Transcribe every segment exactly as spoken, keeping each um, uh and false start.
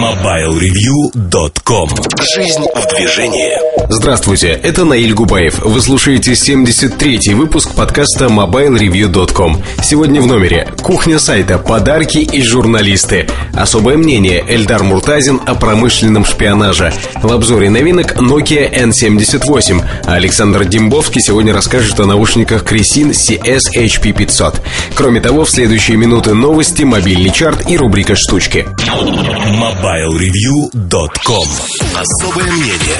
мобайл ревью точка ком. Жизнь в движении. Здравствуйте, это Наиль Губаев. Вы слушаете семьдесят третий выпуск подкаста мобайл ревью точка ком. Сегодня в номере: кухня сайта, подарки и журналисты. Особое мнение: Эльдар Муртазин о промышленном шпионаже. В обзоре новинок Nokia эн семьдесят восемь. А Александр Дембовский сегодня расскажет о наушниках Cresin си эс эйч пи пятьсот. Кроме того, в следующие минуты новости, мобильный чарт и рубрика «Штучки». мобайл ревью точка ком. Особое мнение.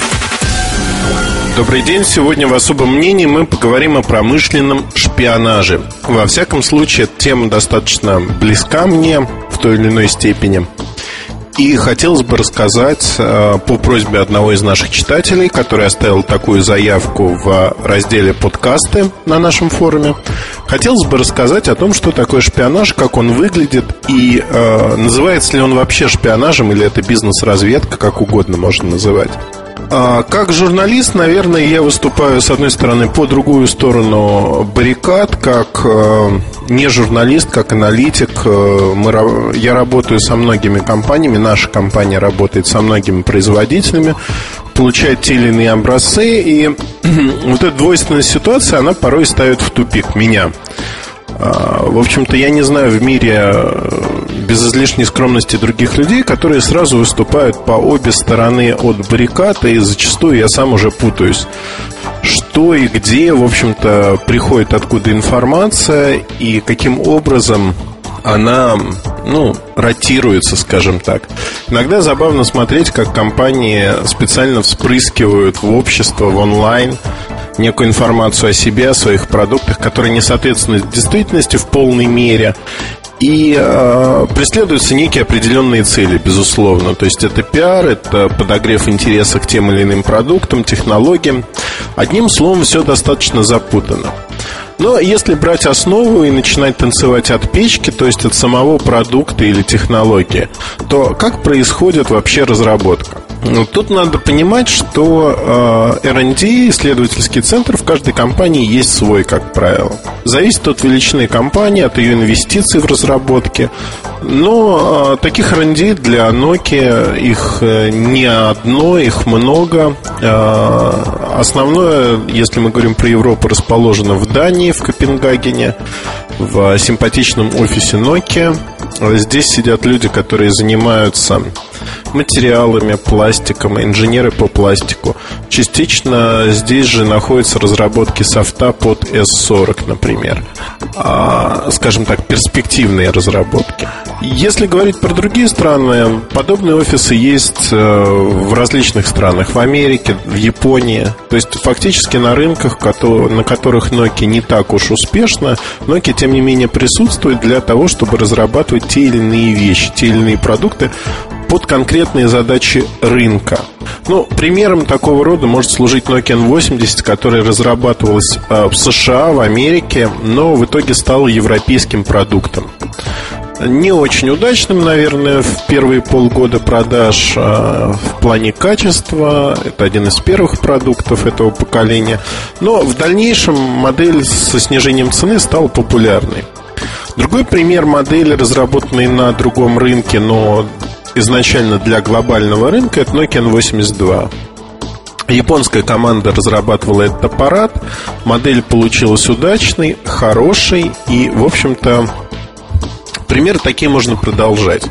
Добрый день. Сегодня в особом мнении мы поговорим о промышленном шпионаже. Во всяком случае, эта тема достаточно близка мне в той или иной степени. И хотелось бы рассказать э, по просьбе одного из наших читателей, который оставил такую заявку в разделе «Подкасты» на нашем форуме. Хотелось бы рассказать о том, что такое шпионаж, как он выглядит и э, называется ли он вообще шпионажем, или это бизнес-разведка, как угодно можно называть. Как журналист, наверное, я выступаю, с одной стороны, по другую сторону баррикад. Как э, не журналист, как аналитик, э, мы, я работаю со многими компаниями. Наша компания работает со многими производителями, получает те или иные образцы. И вот эта двойственная ситуация, она порой ставит в тупик меня. В общем-то, я не знаю в мире, без излишней скромности, других людей, которые сразу выступают по обе стороны от баррикад. И зачастую я сам уже путаюсь, что и где, в общем-то, приходит откуда информация и каким образом она, ну, ротируется, скажем так. Иногда забавно смотреть, как компании специально вспрыскивают в общество, в онлайн некую информацию о себе, о своих продуктах, которые не соответствуют действительности в полной мере. И э, преследуются некие определенные цели, безусловно. То есть это пиар, это подогрев интереса к тем или иным продуктам, технологиям. Одним словом, все достаточно запутанно. Но если брать основу и начинать танцевать от печки, то есть от самого продукта или технологии, то как происходит вообще разработка? Ну, тут надо понимать, что э, эр энд ди, исследовательский центр, в каждой компании есть свой, как правило. Зависит от величины компании, от ее инвестиций в разработке. Но э, таких эр энд ди для Nokia их э, не одно, их много. э, Основное, если мы говорим про Европу, расположено в Дании, в Копенгагене, в симпатичном офисе Nokia. Здесь сидят люди, которые занимаются материалами, пластиком, инженеры по пластику. Частично здесь же находятся разработки софта под эс сорок, например. а, Скажем так, перспективные разработки. Если говорить про другие страны, подобные офисы есть в различных странах. В Америке, в Японии. То есть фактически на рынках, на которых Nokia не так уж успешно, Nokia, тем не менее, присутствует для того, чтобы разрабатывать те или иные вещи, те или иные продукты под конкретные задачи рынка. Ну, примером такого рода может служить Nokia эн восемьдесят, которая разрабатывалась в США, в Америке, но в итоге стала европейским продуктом. Не очень удачным, наверное, в первые полгода продаж в плане качества. Это один из первых продуктов этого поколения. Но в дальнейшем модель со снижением цены стала популярной. Другой пример модели, разработанной на другом рынке, но изначально для глобального рынка, это Nokia эн восемьдесят два. Японская команда разрабатывала этот аппарат. Модель получилась удачной, хорошей. И, в общем-то, примеры такие можно продолжать.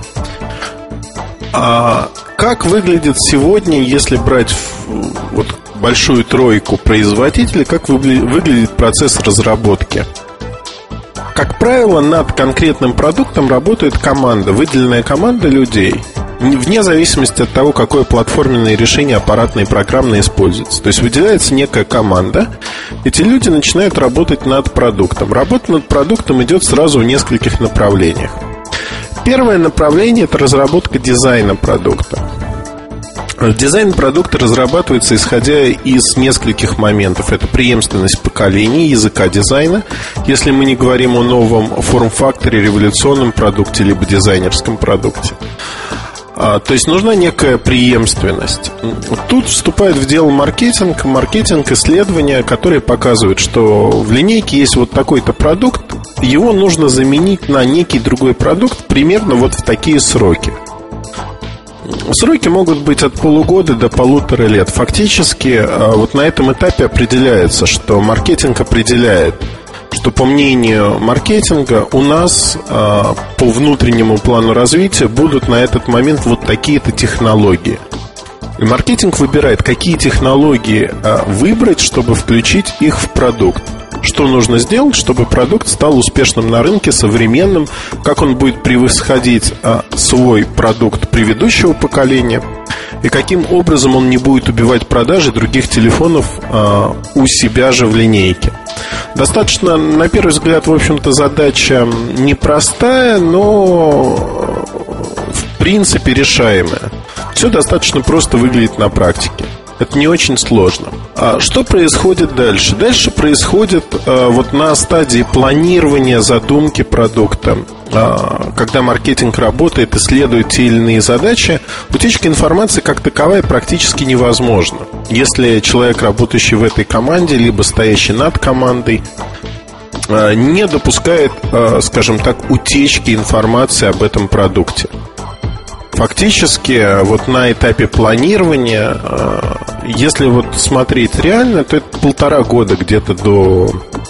А как выглядит сегодня, если брать вот большую тройку производителей, как выглядит процесс разработки? Как правило, над конкретным продуктом работает команда, выделенная команда людей, вне зависимости от того, какое платформенное решение аппаратное и программное используется. То есть выделяется некая команда. Эти люди начинают работать над продуктом. Работа над продуктом идет сразу в нескольких направлениях. Первое направление – это разработка дизайна продукта. Дизайн продукта разрабатывается исходя из нескольких моментов. Это преемственность поколений, языка дизайна. Если мы не говорим о новом форм-факторе, революционном продукте либо дизайнерском продукте. То есть нужна некая преемственность. Тут вступает в дело маркетинг. Маркетинг, исследования, которые показывают, что в линейке есть вот такой-то продукт. Его нужно заменить на некий другой продукт примерно вот в такие сроки. Сроки могут быть от полугода до полутора лет. Фактически вот на этом этапе определяется, что маркетинг определяет, что по мнению маркетинга у нас по внутреннему плану развития будут на этот момент вот такие-то технологии. И маркетинг выбирает, какие технологии выбрать, чтобы включить их в продукт. Что нужно сделать, чтобы продукт стал успешным на рынке, современным, как он будет превосходить а, свой продукт предыдущего поколения, и каким образом он не будет убивать продажи других телефонов а, у себя же в линейке. Достаточно, на первый взгляд, в общем-то, задача непростая, но в принципе решаемая. Все достаточно просто выглядит на практике. Это не очень сложно. А что происходит дальше? Дальше происходит а, вот на стадии планирования задумки продукта, а, когда маркетинг работает, исследует те или иные задачи, утечка информации как таковая практически невозможна. Если человек, работающий в этой команде, либо стоящий над командой, а, не допускает, а, скажем так, утечки информации об этом продукте. Фактически, вот на этапе планирования, если вот смотреть реально, то это полтора года где-то до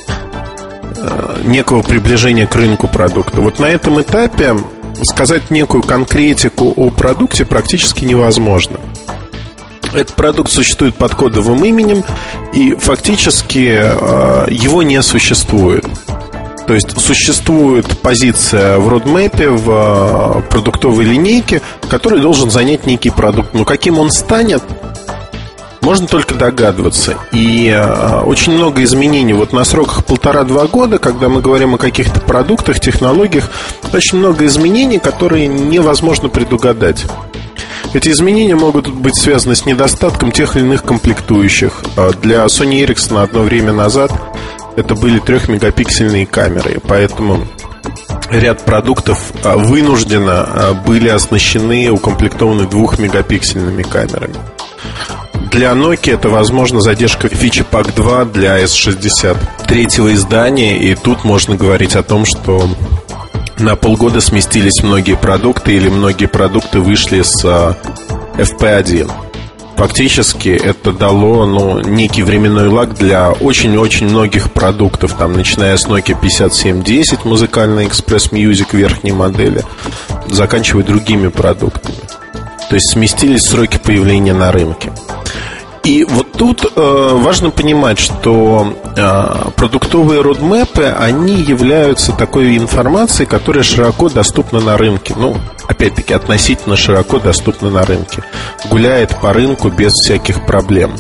некого приближения к рынку продукта. Вот на этом этапе сказать некую конкретику о продукте практически невозможно. Этот продукт существует под кодовым именем, и фактически его не существует. То есть существует позиция в родмэпе, в продуктовой линейке, который должен занять некий продукт. Но каким он станет, можно только догадываться. И очень много изменений вот на сроках полтора-два года, когда мы говорим о каких-то продуктах, технологиях, очень много изменений, которые невозможно предугадать. Эти изменения могут быть связаны с недостатком тех или иных комплектующих. Для Sony Ericsson одно время назад это были трехмегапиксельные камеры, поэтому ряд продуктов вынужденно были оснащены, укомплектованы двухмегапиксельными камерами. Для Nokia это, возможно, задержка фичи пак два для эс шестьдесят третьего издания, и тут можно говорить о том, что на полгода сместились многие продукты, или многие продукты вышли с эф пи один. Фактически это дало, ну, некий временной лаг для очень-очень многих продуктов, там, начиная с Nokia пятьдесят семь десять, музыкальный Express Music верхней модели, заканчивая другими продуктами. То есть сместились сроки появления на рынке. И вот тут э, важно понимать, что э, продуктовые родмэпы, они являются такой информацией, которая широко доступна на рынке. Ну, опять-таки, относительно широко доступна на рынке. Гуляет по рынку без всяких проблем.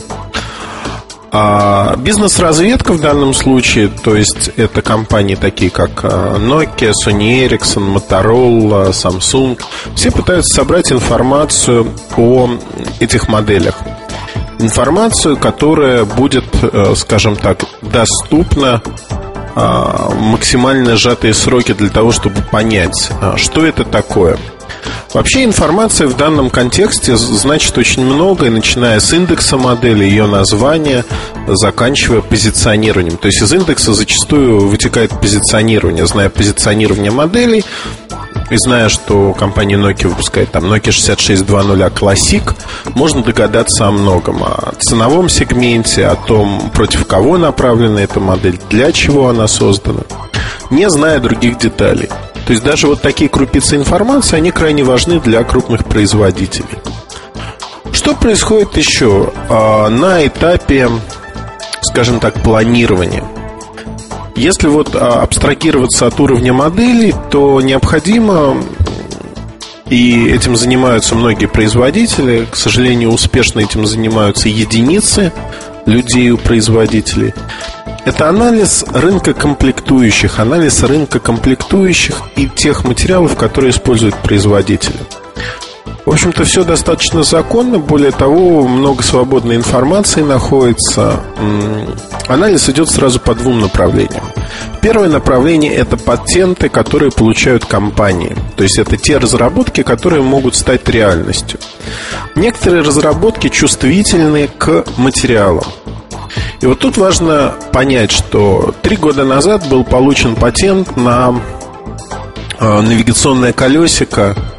А бизнес-разведка в данном случае, то есть это компании такие как Nokia, Sony Ericsson, Motorola, Samsung, все пытаются собрать информацию о этих моделях. Информацию, которая будет, скажем так, доступна максимально сжатые сроки для того, чтобы понять, что это такое. Вообще информация в данном контексте значит очень многое, начиная с индекса модели, ее названия, заканчивая позиционированием. То есть из индекса зачастую вытекает позиционирование. Зная позиционирование моделей и зная, что компания Nokia выпускает там Nokia шестьдесят шесть двадцать Classic, можно догадаться о многом. О ценовом сегменте, о том, против кого направлена эта модель, для чего она создана, не зная других деталей. То есть даже вот такие крупицы информации, они крайне важны для крупных производителей. Что происходит еще на этапе, скажем так, планирования? Если вот абстрагироваться от уровня моделей, то необходимо, и этим занимаются многие производители, к сожалению, успешно этим занимаются единицы людей у производителей, это анализ рынка комплектующих, анализ рынка комплектующих и тех материалов, которые используют производители. В общем-то, все достаточно законно. Более того, много свободной информации находится. Анализ идет сразу по двум направлениям. Первое направление – это патенты, которые получают компании. То есть это те разработки, которые могут стать реальностью. Некоторые разработки чувствительны к материалам. И вот тут важно понять, что три года назад был получен патент на навигационное колесико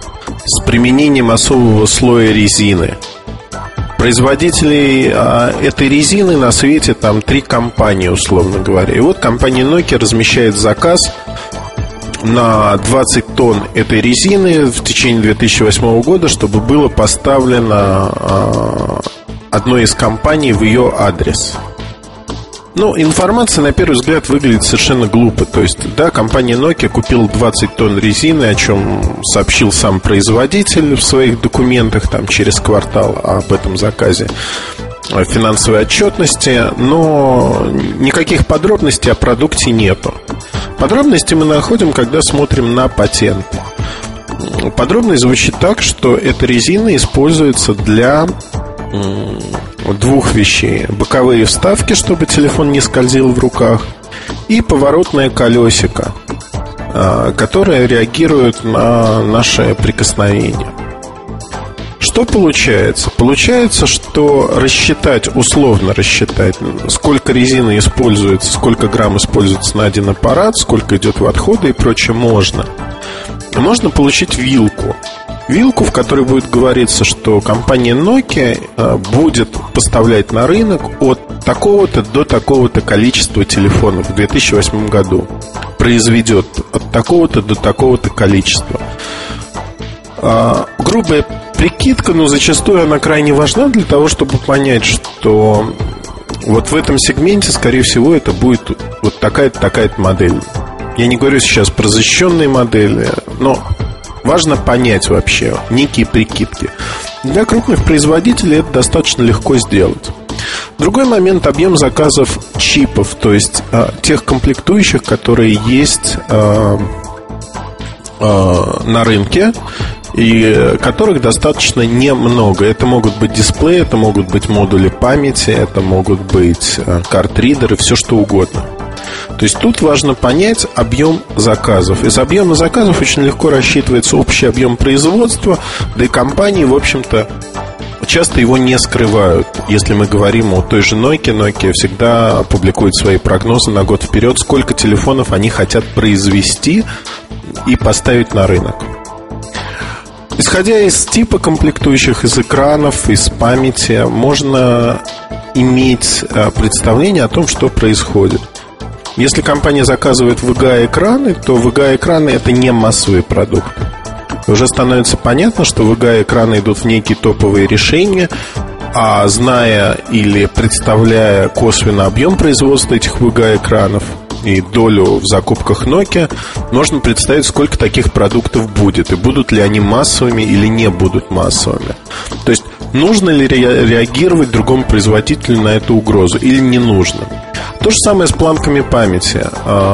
с применением особого слоя резины. Производителей а, этой резины на свете там три компании, условно говоря. И вот компания Nokia размещает заказ на двадцать тонн этой резины в течение две тысячи восьмого года, чтобы было поставлено а, одной из компаний в ее адрес. Ну, информация, на первый взгляд, выглядит совершенно глупо. То есть, да, компания Nokia купила двадцать тонн резины, о чем сообщил сам производитель в своих документах там, через квартал об этом заказе, о финансовой отчетности. Но никаких подробностей о продукте нету. Подробности мы находим, когда смотрим на патент. Подробность звучит так, что эта резина используется для двух вещей: боковые вставки, чтобы телефон не скользил в руках, и поворотное колесико, которое реагирует на наше прикосновение. Что получается? Получается, что рассчитать, условно рассчитать, сколько резины используется, сколько грамм используется на один аппарат, сколько идет в отходы и прочее, можно. Можно получить вилку. Вилку, в которой будет говориться, что компания Nokia будет поставлять на рынок от такого-то до такого-то количества телефонов в две тысячи восьмом году. Произведет от такого-то до такого-то количества. а, Грубая прикидка, но зачастую она крайне важна для того, чтобы понять, что вот в этом сегменте, скорее всего, это будет вот такая-то, такая-то модель. Я не говорю сейчас про защищенные модели, но важно понять вообще некие прикидки. Для крупных производителей это достаточно легко сделать. Другой момент — объем заказов чипов, то есть э, тех комплектующих, которые есть э, э, на рынке, и которых достаточно немного. Это могут быть дисплеи, это могут быть модули памяти, это могут быть э, карт-ридеры, все что угодно. То есть тут важно понять объем заказов. Из объема заказов очень легко рассчитывается общий объем производства. Да и компании, в общем-то, часто его не скрывают. Если мы говорим о той же Nokia, Nokia всегда публикует свои прогнозы на год вперед, сколько телефонов они хотят произвести и поставить на рынок. Исходя из типа комплектующих, из экранов, из памяти, можно иметь представление о том, что происходит. Если компания заказывает ви джи эй-экраны, то ви джи эй-экраны — это не массовые продукты. Уже становится понятно, что ви джи эй-экраны идут в некие топовые решения, а зная или представляя косвенно объем производства этих ви джи эй-экранов и долю в закупках Nokia, можно представить, сколько таких продуктов будет, и будут ли они массовыми или не будут массовыми. То есть, нужно ли реагировать другому производителю на эту угрозу или не нужно. То же самое с планками памяти.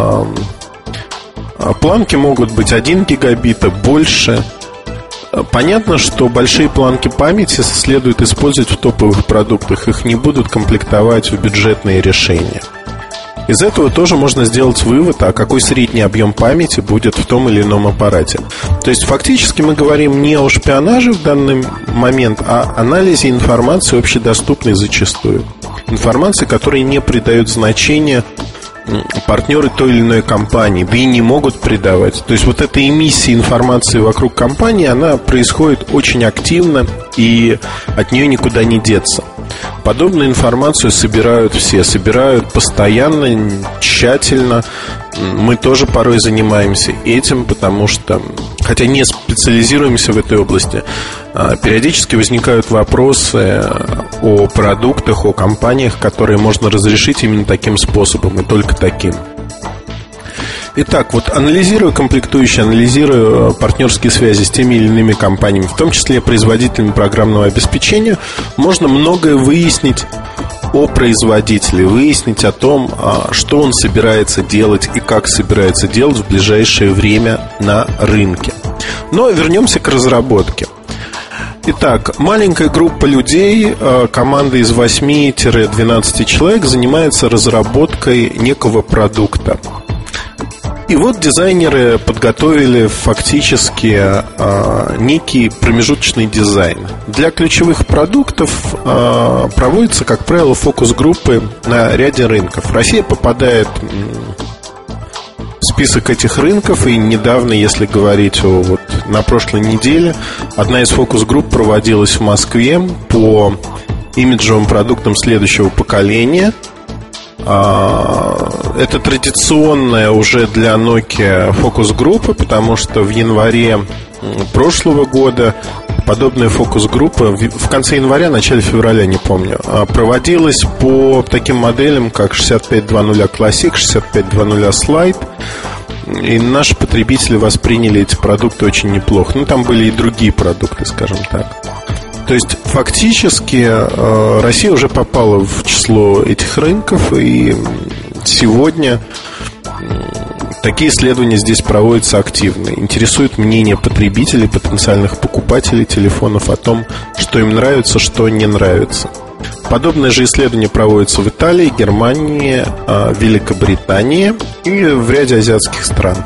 Планки могут быть один гигабита, больше. Понятно, что большие планки памяти следует использовать в топовых продуктах. Их не будут комплектовать в бюджетные решения. Из этого тоже можно сделать вывод, а какой средний объем памяти будет в том или ином аппарате. То есть фактически мы говорим не о шпионаже в данный момент, а о анализе информации общедоступной зачастую. Информации, которая не придает значения партнеры той или иной компании, да и не могут придавать. То есть вот эта эмиссия информации вокруг компании, она происходит очень активно, и от нее никуда не деться. Подобную информацию собирают все, собирают постоянно, тщательно. Мы тоже порой занимаемся этим, потому что, хотя не специализируемся в этой области, периодически возникают вопросы о продуктах, о компаниях, которые можно разрешить именно таким способом и только таким. Итак, вот анализируя комплектующие, анализируя партнерские связи с теми или иными компаниями, в том числе производителями программного обеспечения, можно многое выяснить о производителе, выяснить о том, что он собирается делать и как собирается делать в ближайшее время на рынке. Но вернемся к разработке. Итак, маленькая группа людей, команда из восьми-двенадцати человек, занимается разработкой некого продукта. И вот дизайнеры подготовили фактически э, некий промежуточный дизайн. Для ключевых продуктов э, проводятся, как правило, фокус-группы на ряде рынков. Россия попадает в список этих рынков. И недавно, если говорить о вот на прошлой неделе, одна из фокус-групп проводилась в Москве по имиджевым продуктам следующего поколения. Это традиционная уже для Nokia фокус-группа, потому что в январе прошлого года подобная фокус-группа в конце января, начале февраля, не помню, проводилась по таким моделям, как шестьдесят пять двадцать Classic, шестьдесят пять двадцать Slide. И наши потребители восприняли эти продукты очень неплохо. Ну, там были и другие продукты, скажем так. То есть, фактически, Россия уже попала в число этих рынков. И сегодня такие исследования здесь проводятся активно. Интересует мнение потребителей, потенциальных покупателей телефонов о том, что им нравится, что не нравится. Подобные же исследования проводятся в Италии, Германии, Великобритании и в ряде азиатских стран.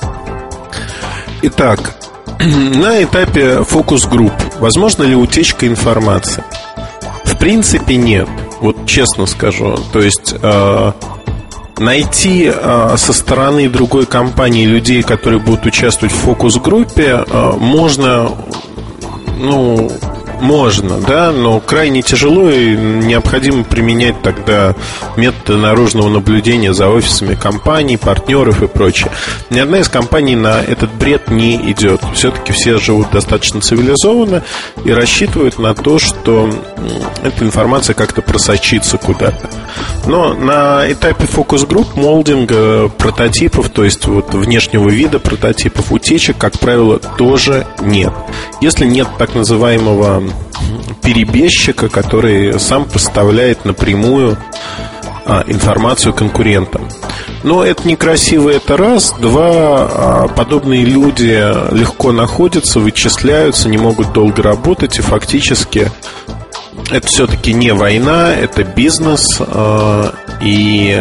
Итак, на этапе фокус-групп возможна ли утечка информации? В принципе, нет. Вот честно скажу. То есть э, найти э, со стороны другой компании людей, которые будут участвовать в фокус-группе, э, можно, ну, можно, да, но крайне тяжело, и необходимо применять тогда методы наружного наблюдения за офисами компаний, партнеров и прочее. Ни одна из компаний на этот бред не идет. Все-таки все живут достаточно цивилизованно и рассчитывают на то, что эта информация как-то просочится куда-то. Но на этапе фокус-групп, молдинга прототипов, то есть вот внешнего вида прототипов, утечек, как правило, тоже нет. Если нет так называемого перебежчика, который сам поставляет напрямую а, информацию конкурентам. Но это некрасиво, это раз. Два, а, подобные люди легко находятся, вычисляются, не могут долго работать. И фактически это все-таки не война, это бизнес. а, И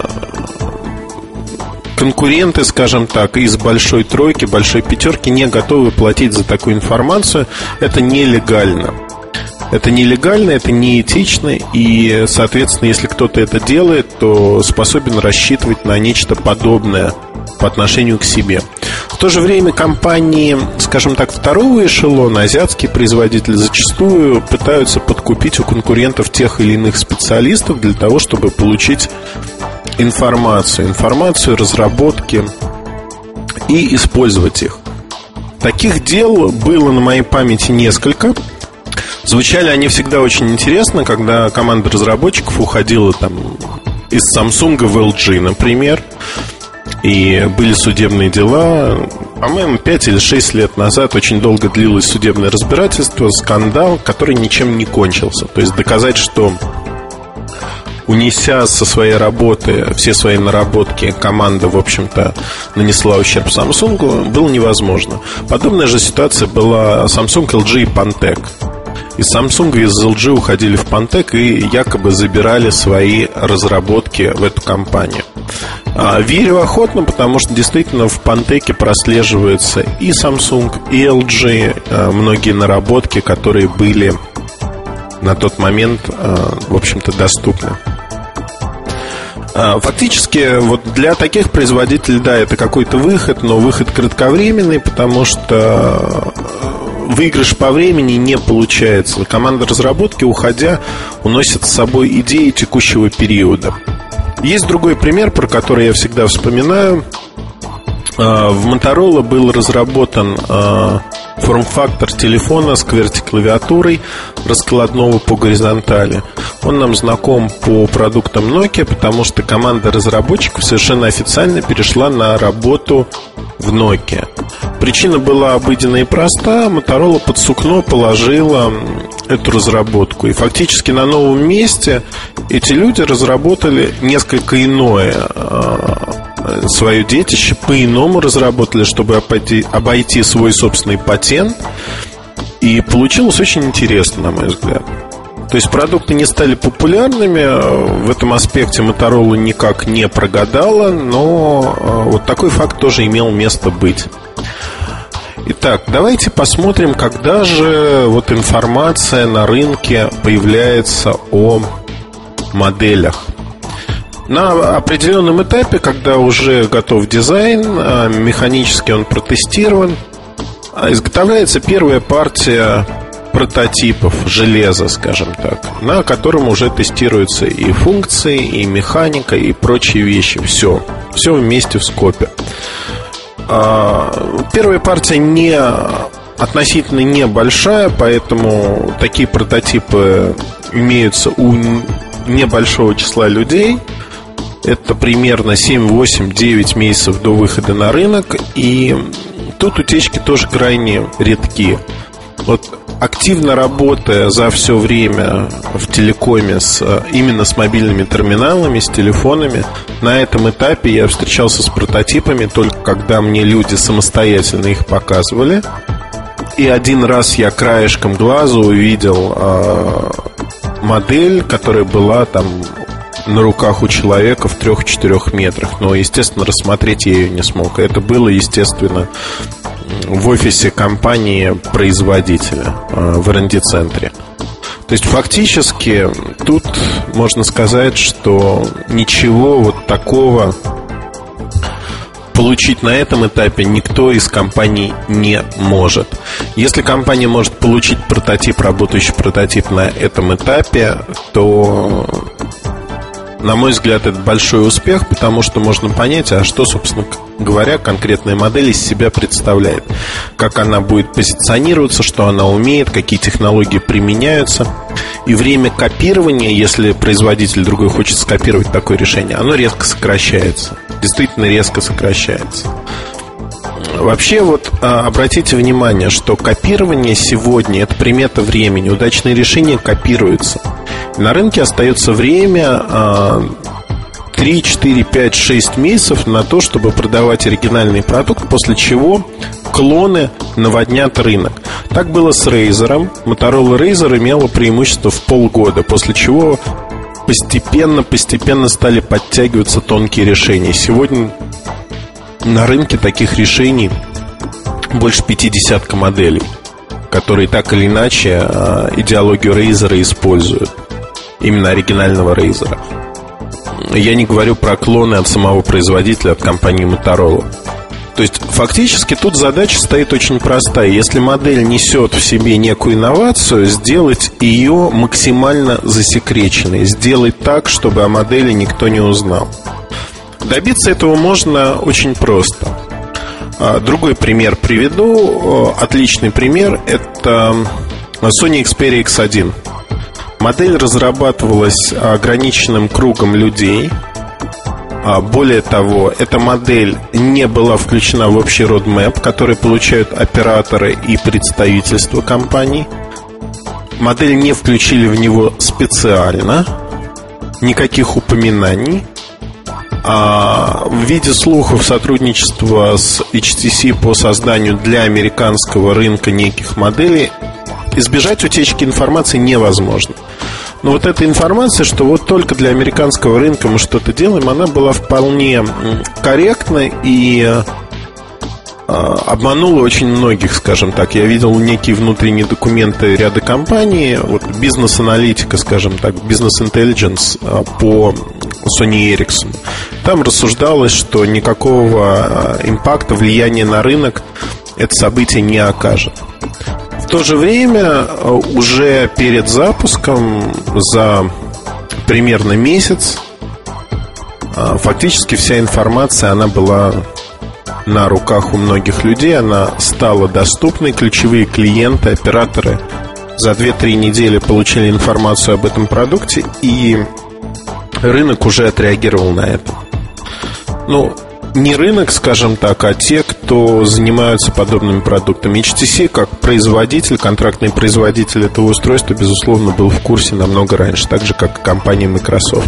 конкуренты, скажем так, из большой тройки, большой пятерки не готовы платить за такую информацию. Это нелегально. Это нелегально, это неэтично. И, соответственно, если кто-то это делает, то способен рассчитывать на нечто подобное по отношению к себе. В то же время компании, скажем так, второго эшелона, азиатские производители, зачастую пытаются подкупить у конкурентов тех или иных специалистов для того, чтобы получить информацию, информацию, разработки и использовать их. Таких дел было на моей памяти несколько. Звучали они всегда очень интересно, когда команда разработчиков уходила там из Samsung в эл джи, например. И были судебные дела. По-моему, пять или шесть лет назад очень долго длилось судебное разбирательство, скандал, который ничем не кончился. То есть доказать, что, унеся со своей работы все свои наработки, команда, в общем-то, нанесла ущерб Samsung, было невозможно. Подобная же ситуация была Samsung, эл джи и Pantec. Из Samsung и из эл джи уходили в Pantec и якобы забирали свои разработки в эту компанию. Верю охотно, потому что действительно в Pantec прослеживаются и Samsung, и эл джи, многие наработки, которые были на тот момент, в общем-то, доступны. Фактически, вот для таких производителей, да, это какой-то выход, но выход кратковременный, потому что выигрыш по времени не получается. Команда разработки, уходя, уносит с собой идеи текущего периода. Есть другой пример, про который я всегда вспоминаю. В Motorola был разработан форм-фактор телефона с QWERTY-клавиатурой, раскладного по горизонтали. Он нам знаком по продуктам Nokia, потому что команда разработчиков совершенно официально перешла на работу в Nokia. Причина была обыденная и проста. Motorola под сукно положила эту разработку. И фактически на новом месте эти люди разработали несколько иное свое детище, по-иному разработали, чтобы обойти, обойти свой собственный патент. И получилось очень интересно, на мой взгляд. То есть продукты не стали популярными. В этом аспекте Motorola никак не прогадала, но вот такой факт тоже имел место быть. Итак, давайте посмотрим, когда же вот информация на рынке появляется о моделях. На определенном этапе, когда уже готов дизайн, механически он протестирован, изготовляется первая партия прототипов железа, скажем так, на котором уже тестируются и функции, и механика, и прочие вещи. Все, все вместе в скопе. Первая партия не, относительно небольшая, поэтому такие прототипы имеются у небольшого числа людей. Это примерно семь, восемь, девять месяцев до выхода на рынок. И тут утечки тоже крайне редки. Вот активно работая за все время в телекоме с, именно с мобильными терминалами, с телефонами, на этом этапе я встречался с прототипами только когда мне люди самостоятельно их показывали. И один раз я краешком глаза увидел э, модель, которая была там на руках у человека в трех-четырех метрах. Но, естественно, рассмотреть я ее не смог. Это было, естественно, в офисе компании-производителя в эр энд ди-центре. То есть фактически тут можно сказать, что ничего вот такого получить на этом этапе никто из компаний не может. Если компания может получить прототип, работающий прототип на этом этапе, то, на мой взгляд, это большой успех, потому что можно понять, а что, собственно говоря, конкретная модель из себя представляет, как она будет позиционироваться, что она умеет, какие технологии применяются. И время копирования, если производитель другой хочет скопировать такое решение, оно резко сокращается. Действительно резко сокращается. Вообще, вот обратите внимание, что копирование сегодня — это примета времени. Удачные решения копируются. На рынке остается время три, четыре, пять, шесть месяцев на то, чтобы продавать оригинальный продукт, после чего клоны наводнят рынок. Так было с Razer. Motorola Razer имела преимущество в полгода, после чего постепенно, постепенно стали подтягиваться тонкие решения. Сегодня на рынке таких решений больше пятидесятка моделей, которые так или иначе идеологию Razer используют. Именно оригинального Razer. Я не говорю про клоны от самого производителя, от компании Motorola. То есть фактически тут задача стоит очень простая. Если модель несет в себе некую инновацию, сделать ее максимально засекреченной, сделать так, чтобы о модели никто не узнал. Добиться этого можно очень просто. Другой пример приведу. Отличный пример — это Sony Xperia икс один. Модель разрабатывалась ограниченным кругом людей. Более того, эта модель не была включена в общий roadmap, который получают операторы и представительства компаний. Модель не включили в него специально, никаких упоминаний. А в виде слухов сотрудничества с эйч ти си по созданию для американского рынка неких моделей избежать утечки информации невозможно. Но вот эта информация, что вот только для американского рынка мы что-то делаем, она была вполне корректна и э, обманула очень многих, скажем так. Я видел некие внутренние документы ряда компаний, вот бизнес-аналитика, скажем так, бизнес-интеллидженс э, по Sony Ericsson. Там рассуждалось, что никакого импакта, влияния на рынок это событие не окажет. В то же время, уже перед запуском, за примерно месяц, фактически вся информация, она была на руках у многих людей, она стала доступной. Ключевые клиенты, операторы за две-три недели получили информацию об этом продукте, и рынок уже отреагировал на это. Ну, не рынок, скажем так, а те, кто занимаются подобными продуктами. эйч ти си, как производитель, контрактный производитель этого устройства, безусловно, был в курсе намного раньше, так же, как и компания Microsoft.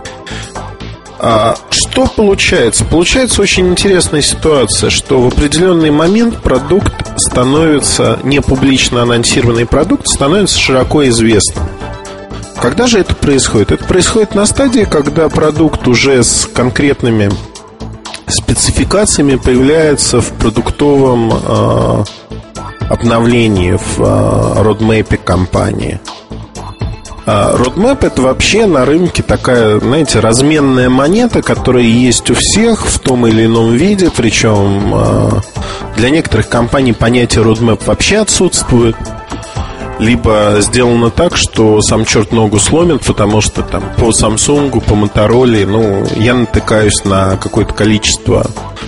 А что получается? Получается очень интересная ситуация, что в определенный момент продукт становится, не публично анонсированный продукт, становится широко известным. Когда же это происходит? Это происходит на стадии, когда продукт уже с конкретными спецификациями появляется в продуктовом э, обновлении, в э, родмэпе компании. Roadmap — это вообще на рынке такая, знаете, разменная монета, которая есть у всех в том или ином виде. Причем для некоторых компаний понятие Roadmap вообще отсутствует. Либо сделано так, что сам черт ногу сломит, потому что там по Samsung, по Motorola, ну, я натыкаюсь на какое-то количество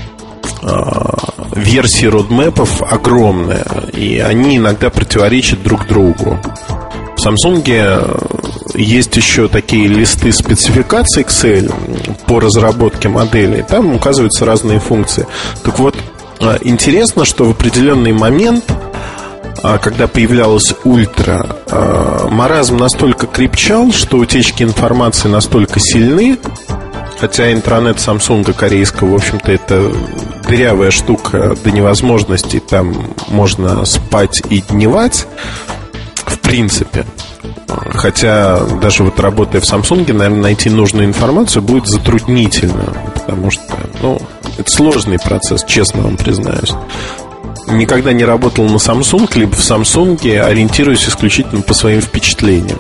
версий родмэпов огромное, и они иногда противоречат друг другу. В Samsung есть еще такие листы спецификаций Excel по разработке моделей. Там указываются разные функции. Так вот, интересно, что в определенный момент, когда появлялась ультра, маразм настолько крепчал, что утечки информации настолько сильны. Хотя интранет Samsung корейского, в общем-то, это дырявая штука до невозможности. Там можно спать и дневать, в принципе. Хотя даже вот работая в Samsung, наверное, найти нужную информацию будет затруднительно. Потому что, ну, это сложный процесс, честно вам признаюсь. Никогда не работал на Samsung, либо в Samsung, ориентируюсь исключительно по своим впечатлениям.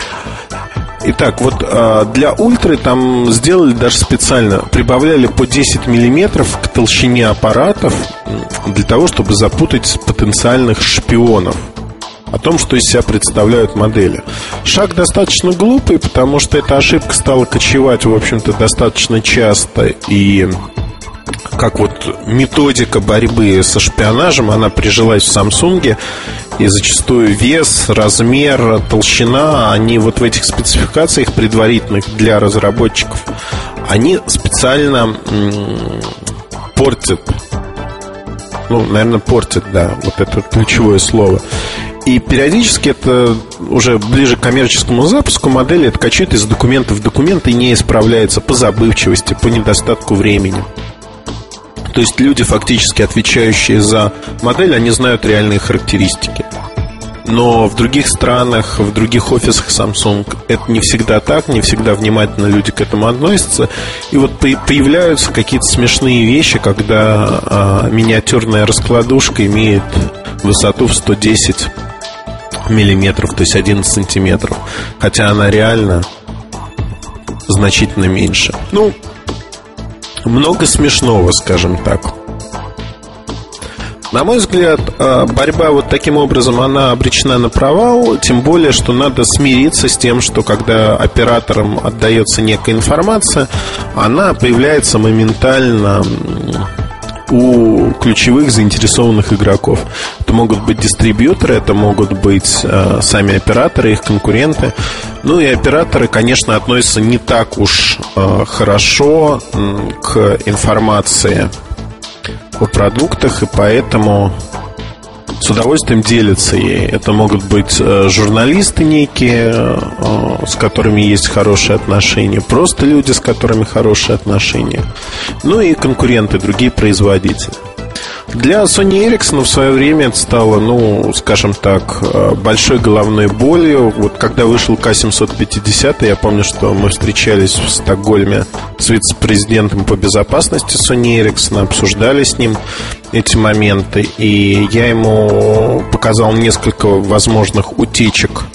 Итак, вот для ультры там сделали даже специально, прибавляли по десять миллиметров к толщине аппаратов для того, чтобы запутать потенциальных шпионов о том, что из себя представляют модели. Шаг достаточно глупый, потому что эта ошибка стала кочевать, в общем-то, достаточно часто. И как вот методика борьбы со шпионажем, она прижилась в Samsung. И зачастую вес, размер, толщина, они вот в этих спецификациях предварительных для разработчиков, они специально м- портят. Ну, наверное, портят, да, вот это ключевое слово. И периодически это уже ближе к коммерческому запуску модели это качает из документа в документ и не исправляется по забывчивости, по недостатку времени. То есть люди, фактически отвечающие за модель, они знают реальные характеристики. Но в других странах, в других офисах Samsung это не всегда так, не всегда внимательно люди к этому относятся. И вот появляются какие-то смешные вещи, когда а, миниатюрная раскладушка имеет высоту в сто десять миллиметров, то есть одиннадцать сантиметров, хотя она реально значительно меньше. Ну, много смешного, скажем так. На мой взгляд, борьба вот таким образом, она обречена на провал. Тем более, что надо смириться с тем, что когда операторам отдается некая информация, она появляется моментально у ключевых заинтересованных игроков. Это могут быть дистрибьюторы, это могут быть э, сами операторы, их конкуренты. Ну и операторы, конечно, относятся не так уж э, хорошо э, к информации о продуктах, и поэтому с удовольствием делятся ей. Это могут быть э, журналисты некие, э, с которыми есть хорошие отношения, просто люди, с которыми хорошие отношения, ну и конкуренты, другие производители. Для Sony Ericsson в свое время это стало, ну, скажем так, большой головной болью. Вот когда вышел К семьсот пятьдесят, я помню, что мы встречались в Стокгольме с вице-президентом по безопасности Sony Ericsson, обсуждали с ним эти моменты, и я ему показал несколько возможных утечек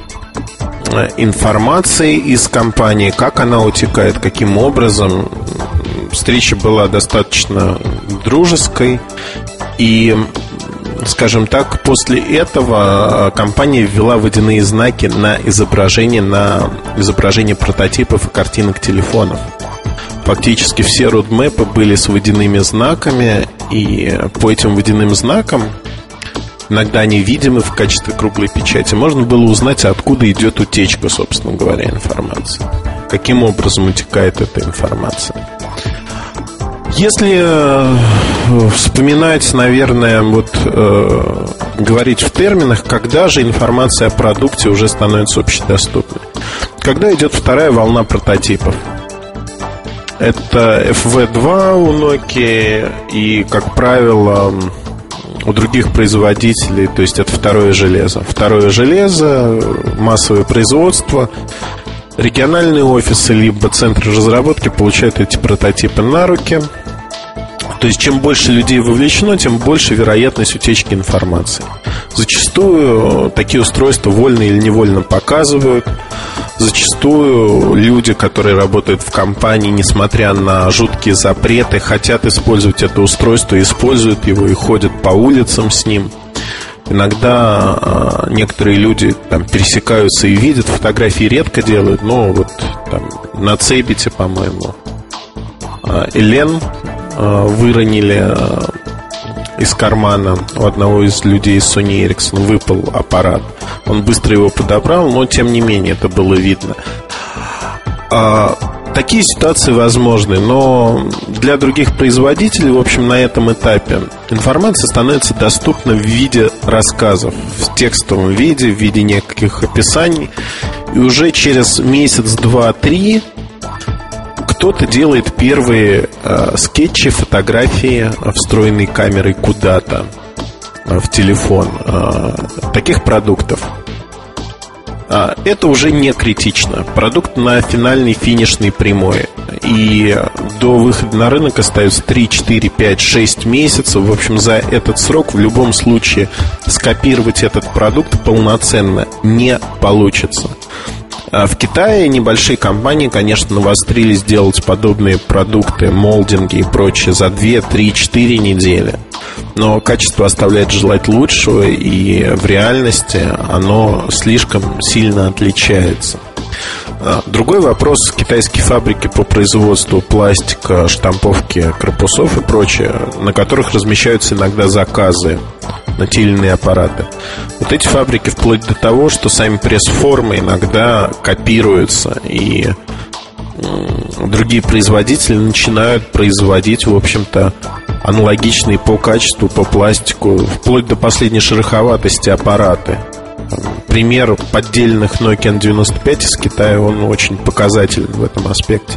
информации из компании, как она утекает, каким образом. Встреча была достаточно дружеской. И, скажем так, после этого компания ввела водяные знаки на изображение, на изображение прототипов и картинок телефонов. Фактически все родмэпы были с водяными знаками. И по этим водяным знакам, иногда они видимы в качестве круглой печати, можно было узнать, откуда идет утечка, собственно говоря, информации, каким образом утекает эта информация. Если э, вспоминать, наверное, вот э, говорить в терминах, когда же информация о продукте уже становится общедоступной? Когда идет вторая волна прототипов. Это эф ви два у Nokia и, как правило, у других производителей, то есть это второе железо. Второе железо, массовое производство. Региональные офисы либо центры разработки получают эти прототипы на руки. То есть, чем больше людей вовлечено, тем больше вероятность утечки информации. Зачастую такие устройства вольно или невольно показывают. Зачастую люди, которые работают в компании, несмотря на жуткие запреты, хотят использовать это устройство, используют его и ходят по улицам с ним. Иногда э, некоторые люди там пересекаются и видят, фотографии редко делают, но вот там, на Цебите, по-моему, э, Элен э, выронили э, из кармана у одного из людей из Sony Ericsson, выпал аппарат. Он быстро его подобрал, но тем не менее это было видно. А, такие ситуации возможны, но для других производителей, в общем, на этом этапе информация становится доступна в виде рассказов, в текстовом виде, в виде неких описаний. И уже через месяц, два, три кто-то делает первые э, скетчи, фотографии, встроенной камерой куда-то э, в телефон э, таких продуктов. э, Это уже не критично. Продукт на финальной финишной прямой. И до выхода на рынок остается три, четыре, пять, шесть месяцев. В общем, за этот срок в любом случае скопировать этот продукт полноценно не получится. В Китае небольшие компании, конечно, навострились делать подобные продукты, молдинги и прочее за две, три, четыре недели. Но качество оставляет желать лучшего, и в реальности оно слишком сильно отличается. Другой вопрос: китайские фабрики по производству пластика, штамповки корпусов и прочее, на которых размещаются иногда заказы на те или иные аппараты. Вот эти фабрики вплоть до того, что сами пресс-формы иногда копируются, и другие производители начинают производить, в общем-то, аналогичные по качеству, по пластику, вплоть до последней шероховатости аппараты. Пример поддельных Nokia девяносто пять из Китая, он очень показателен в этом аспекте.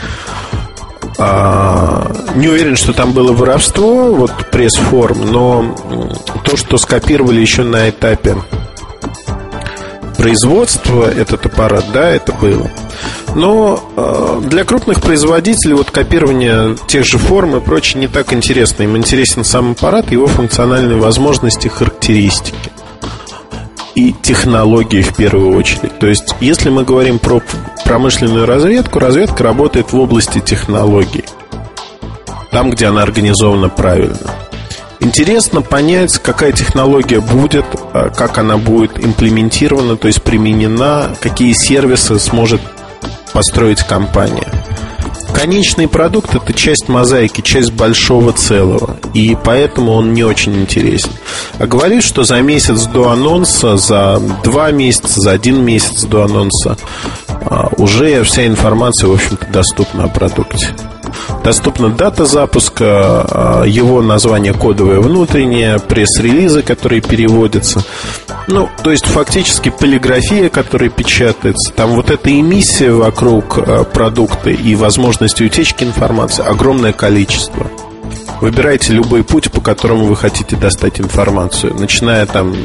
А, не уверен, что там было воровство, вот пресс-форм, но то, что скопировали еще на этапе производства этот аппарат, да, это было. Но э, для крупных производителей вот копирование тех же форм и прочее не так интересно. Им интересен сам аппарат, его функциональные возможности, характеристики и технологии в первую очередь. То есть, если мы говорим про промышленную разведку, разведка работает в области технологий, там, где она организована правильно. Интересно понять, какая технология будет, как она будет имплементирована, то есть применена, какие сервисы сможет построить компания. Конечный продукт — это часть мозаики, часть большого целого, и поэтому он не очень интересен. А говорит, что за месяц до анонса, за два месяца, за один месяц до анонса уже вся информация, в общем-то, доступна о продукте. Доступна дата запуска, его название кодовое внутреннее, пресс-релизы, которые переводятся. Ну, то есть фактически полиграфия, которая печатается. Там вот эта эмиссия вокруг продукта и возможности утечки информации огромное количество. Выбирайте любой путь, по которому вы хотите достать информацию. Начиная там,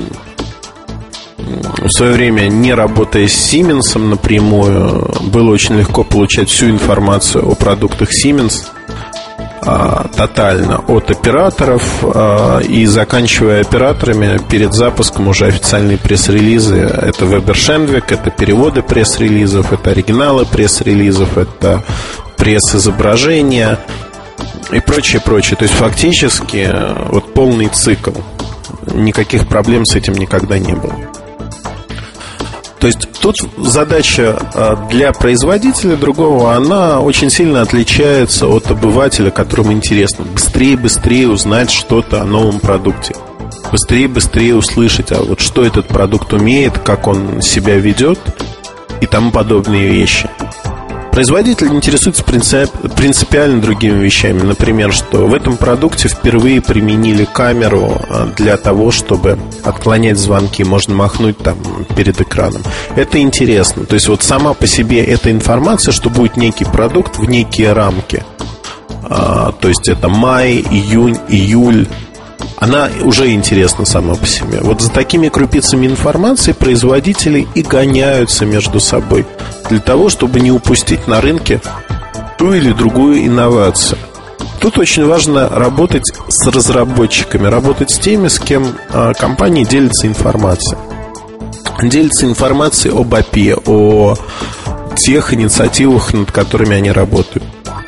в свое время, не работая с Siemens напрямую, было очень легко получать всю информацию о продуктах Siemens а, тотально от операторов, а, и заканчивая операторами, перед запуском уже официальные пресс-релизы. Это Weber Shandvik, это переводы пресс-релизов, это оригиналы пресс-релизов, это пресс-изображения и прочее, прочее. То есть фактически вот полный цикл. Никаких проблем с этим никогда не было. То есть тут задача для производителя другого, она очень сильно отличается от обывателя, которому интересно быстрее-быстрее узнать что-то о новом продукте, быстрее-быстрее услышать, а вот что этот продукт умеет, как он себя ведет и тому подобные вещи. Производитель интересуется принципиально другими вещами. Например, что в этом продукте впервые применили камеру для того, чтобы отклонять звонки. Можно махнуть там перед экраном. Это интересно. То есть вот сама по себе эта информация, что будет некий продукт в некие рамки. а, То есть это май, июнь, июль. Она уже интересна сама по себе. Вот за такими крупицами информации производители и гоняются между собой, для того, чтобы не упустить на рынке ту или другую инновацию. Тут очень важно работать с разработчиками, работать с теми, с кем компания делится информацией. Делится информацией об эй пи ай, о тех инициативах, над которыми они работают.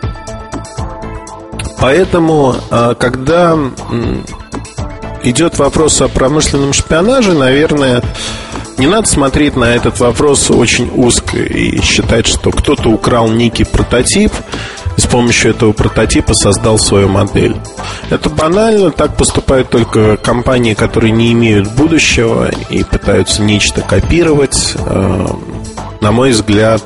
Поэтому, когда идет вопрос о промышленном шпионаже, наверное, не надо смотреть на этот вопрос очень узко и считать, что кто-то украл некий прототип и с помощью этого прототипа создал свою модель. Это банально, так поступают только компании, которые не имеют будущего и пытаются нечто копировать. На мой взгляд,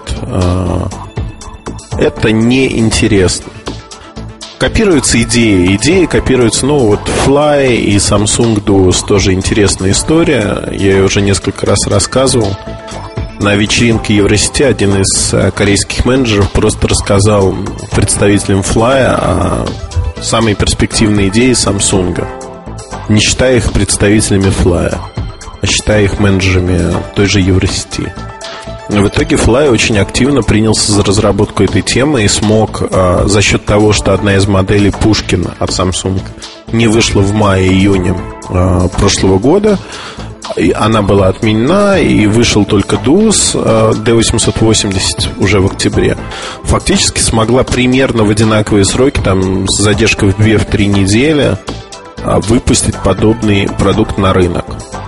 это неинтересно. Копируются идеи. Идеи копируются, ну вот Fly и Samsung Duos. Тоже интересная история. Я ее уже несколько раз рассказывал. На вечеринке Евросети один из корейских менеджеров просто рассказал представителям Fly о самой перспективной идее Samsung, не считая их представителями Fly, а считая их менеджерами той же Евросети. В итоге Fly очень активно принялся за разработку этой темы и смог, э, за счет того, что одна из моделей Pushkin от Samsung не вышла в мае-июне э, прошлого года, и она была отменена, и вышел только Duos э, ди восемьсот восемьдесят уже в октябре. Фактически смогла примерно в одинаковые сроки, там с задержкой в две-три недели, э, выпустить подобный продукт на рынок.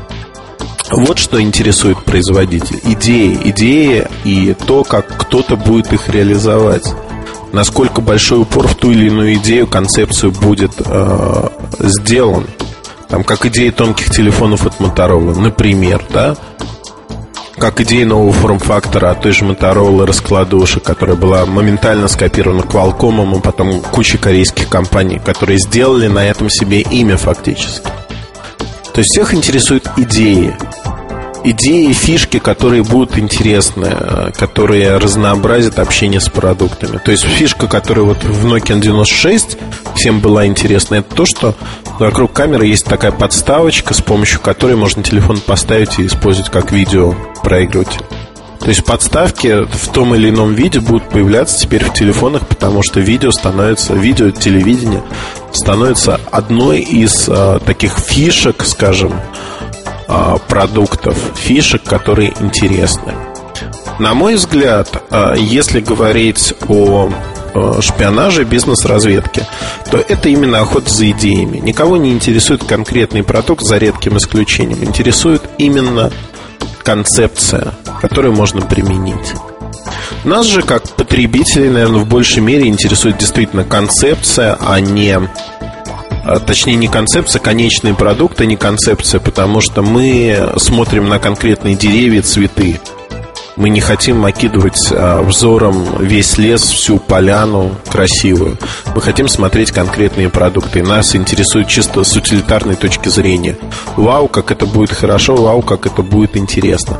Вот что интересует производителя. Идеи, идеи и то, как кто-то будет их реализовать. Насколько большой упор в ту или иную идею, концепцию будет э, сделан. Там, как идеи тонких телефонов от Motorola, например, да? Как идея нового форм-фактора от той же Motorola раскладушек, которая была моментально скопирована Qualcomm, а потом кучей корейских компаний, которые сделали на этом себе имя фактически. То есть всех интересуют идеи. Идеи, фишки, которые будут интересны, которые разнообразят общение с продуктами. То есть фишка, которая вот в Nokia девяносто шесть всем была интересна, это то, что вокруг камеры есть такая подставочка, с помощью которой можно телефон поставить и использовать как видеопроигрыватель. То есть подставки в том или ином виде будут появляться теперь в телефонах, потому что видео становится, видео, телевидение становится одной из а, таких фишек, скажем, а, продуктов, фишек, которые интересны. На мой взгляд, а, если говорить о а, шпионаже, бизнес-разведке, то это именно охота за идеями. Никого не интересует конкретный продукт, за редким исключением. Интересует именно концепция, которую можно применить. Нас же, как потребителей, наверное, в большей мере интересует действительно концепция, а не... Точнее, не концепция, конечный продукт, а не концепция, потому что мы смотрим на конкретные деревья, цветы. Мы не хотим окидывать взором весь лес, всю поляну красивую. Мы хотим смотреть конкретные продукты. И нас интересует чисто с утилитарной точки зрения. Вау, как это будет хорошо, вау, как это будет интересно.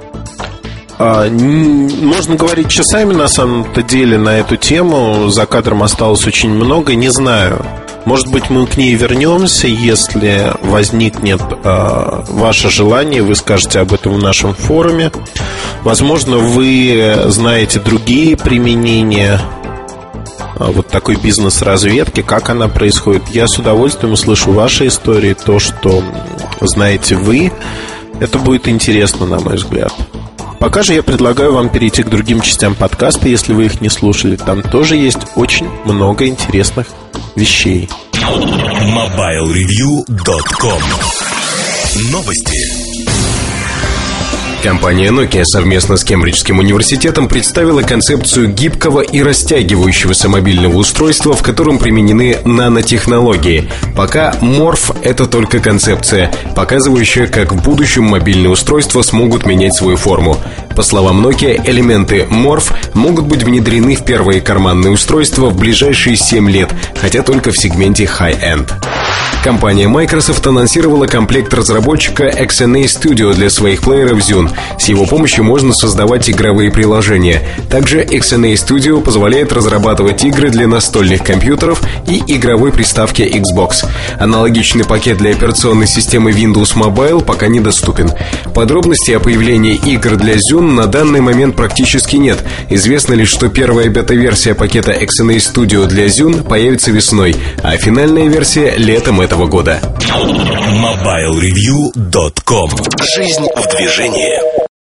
а, Можно говорить часами на самом-то деле на эту тему. За кадром осталось очень много, не знаю. Может быть, мы к ней вернемся, если возникнет э, ваше желание, вы скажете об этом в нашем форуме. Возможно, вы знаете другие применения э, вот такой бизнес-разведки, как она происходит. Я с удовольствием услышу ваши истории, то, что знаете вы. Это будет интересно, на мой взгляд. Пока же я предлагаю вам перейти к другим частям подкаста, если вы их не слушали. Там тоже есть очень много интересных вещей. мобайл ревью точка ком. Новости. Компания Nokia совместно с Кембриджским университетом представила концепцию гибкого и растягивающегося мобильного устройства, в котором применены нанотехнологии. Пока Morph — это только концепция, показывающая, как в будущем мобильные устройства смогут менять свою форму. По словам Nokia, элементы Morph могут быть внедрены в первые карманные устройства в ближайшие семь лет, хотя только в сегменте high-end. Компания Microsoft анонсировала комплект разработчика икс эн эй Studio для своих плееров Zune. С его помощью можно создавать игровые приложения. Также икс эн эй Studio позволяет разрабатывать игры для настольных компьютеров и игровой приставки Xbox. Аналогичный пакет для операционной системы Windows Mobile пока недоступен. Подробностей о появлении игр для Zune на данный момент практически нет. Известно лишь, что первая бета-версия пакета икс эн эй Studio для Zune появится весной, а финальная версия летом этого года. мобайл ревью точка ком. Жизнь в движении.